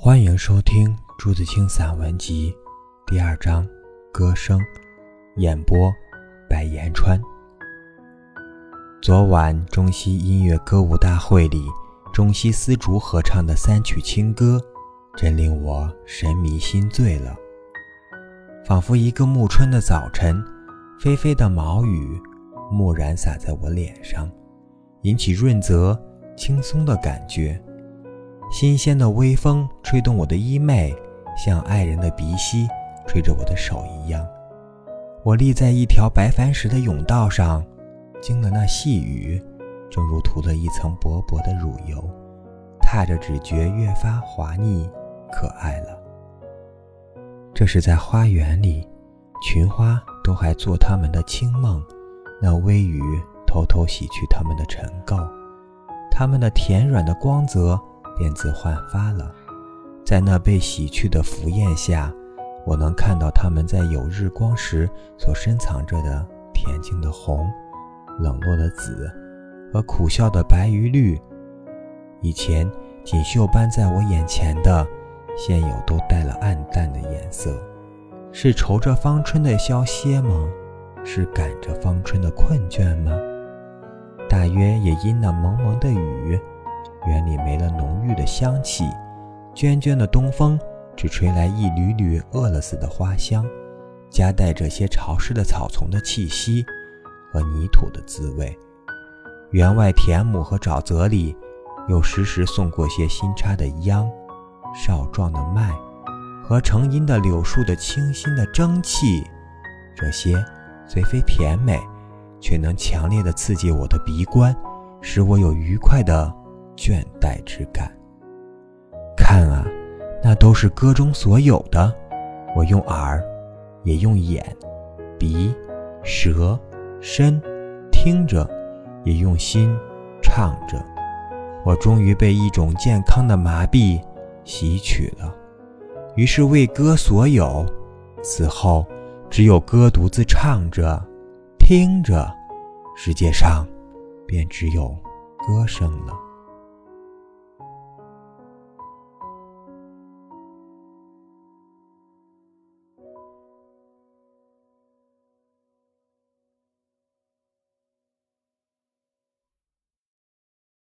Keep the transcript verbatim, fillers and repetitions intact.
欢迎收听朱自清散文集第二章歌声，演播百言川。昨晚中西音乐歌舞大会里，中西丝竹合唱的三曲清歌真令我神迷心醉了。仿佛一个暮春的早晨，霏霏的毛雨蓦然洒在我脸上，引起润泽轻松的感觉。新鲜的微风吹动我的衣袂，像爱人的鼻息吹着我的手一样。我立在一条白矾石的甬道上，经了那细雨，正如涂了一层薄薄的乳油，踏着只觉越发滑腻可爱了。这是在花园里，群花都还做它们的清梦，那微雨偷偷洗去它们的尘垢，它们的甜软的光泽便自焕发了。在那被洗去的浮艳下，我能看到它们在有日光时所深藏着的恬静的红、冷落的紫和苦笑的白与绿。以前锦绣般在我眼前的，现有都带了暗淡的颜色。是愁着芳春的消歇吗？是赶着芳春的困倦吗？大约也因那蒙蒙的雨，园里没了浓郁的香气，涓涓的东风只吹来一缕缕饿了死的花香，夹带着些潮湿的草丛的气息和泥土的滋味。园外田亩和沼泽里又时时送过些新插的秧、少壮的麦和成荫的柳树的清新的蒸汽，这些虽非甜美，却能强烈地刺激我的鼻观，使我有愉快的倦怠之感。看啊，那都是歌中所有的。我用耳，也用眼、鼻、舌、身听着，也用心唱着。我终于被一种健康的麻痹吸取了，于是为歌所有。此后只有歌独自唱着听着，世界上便只有歌声了。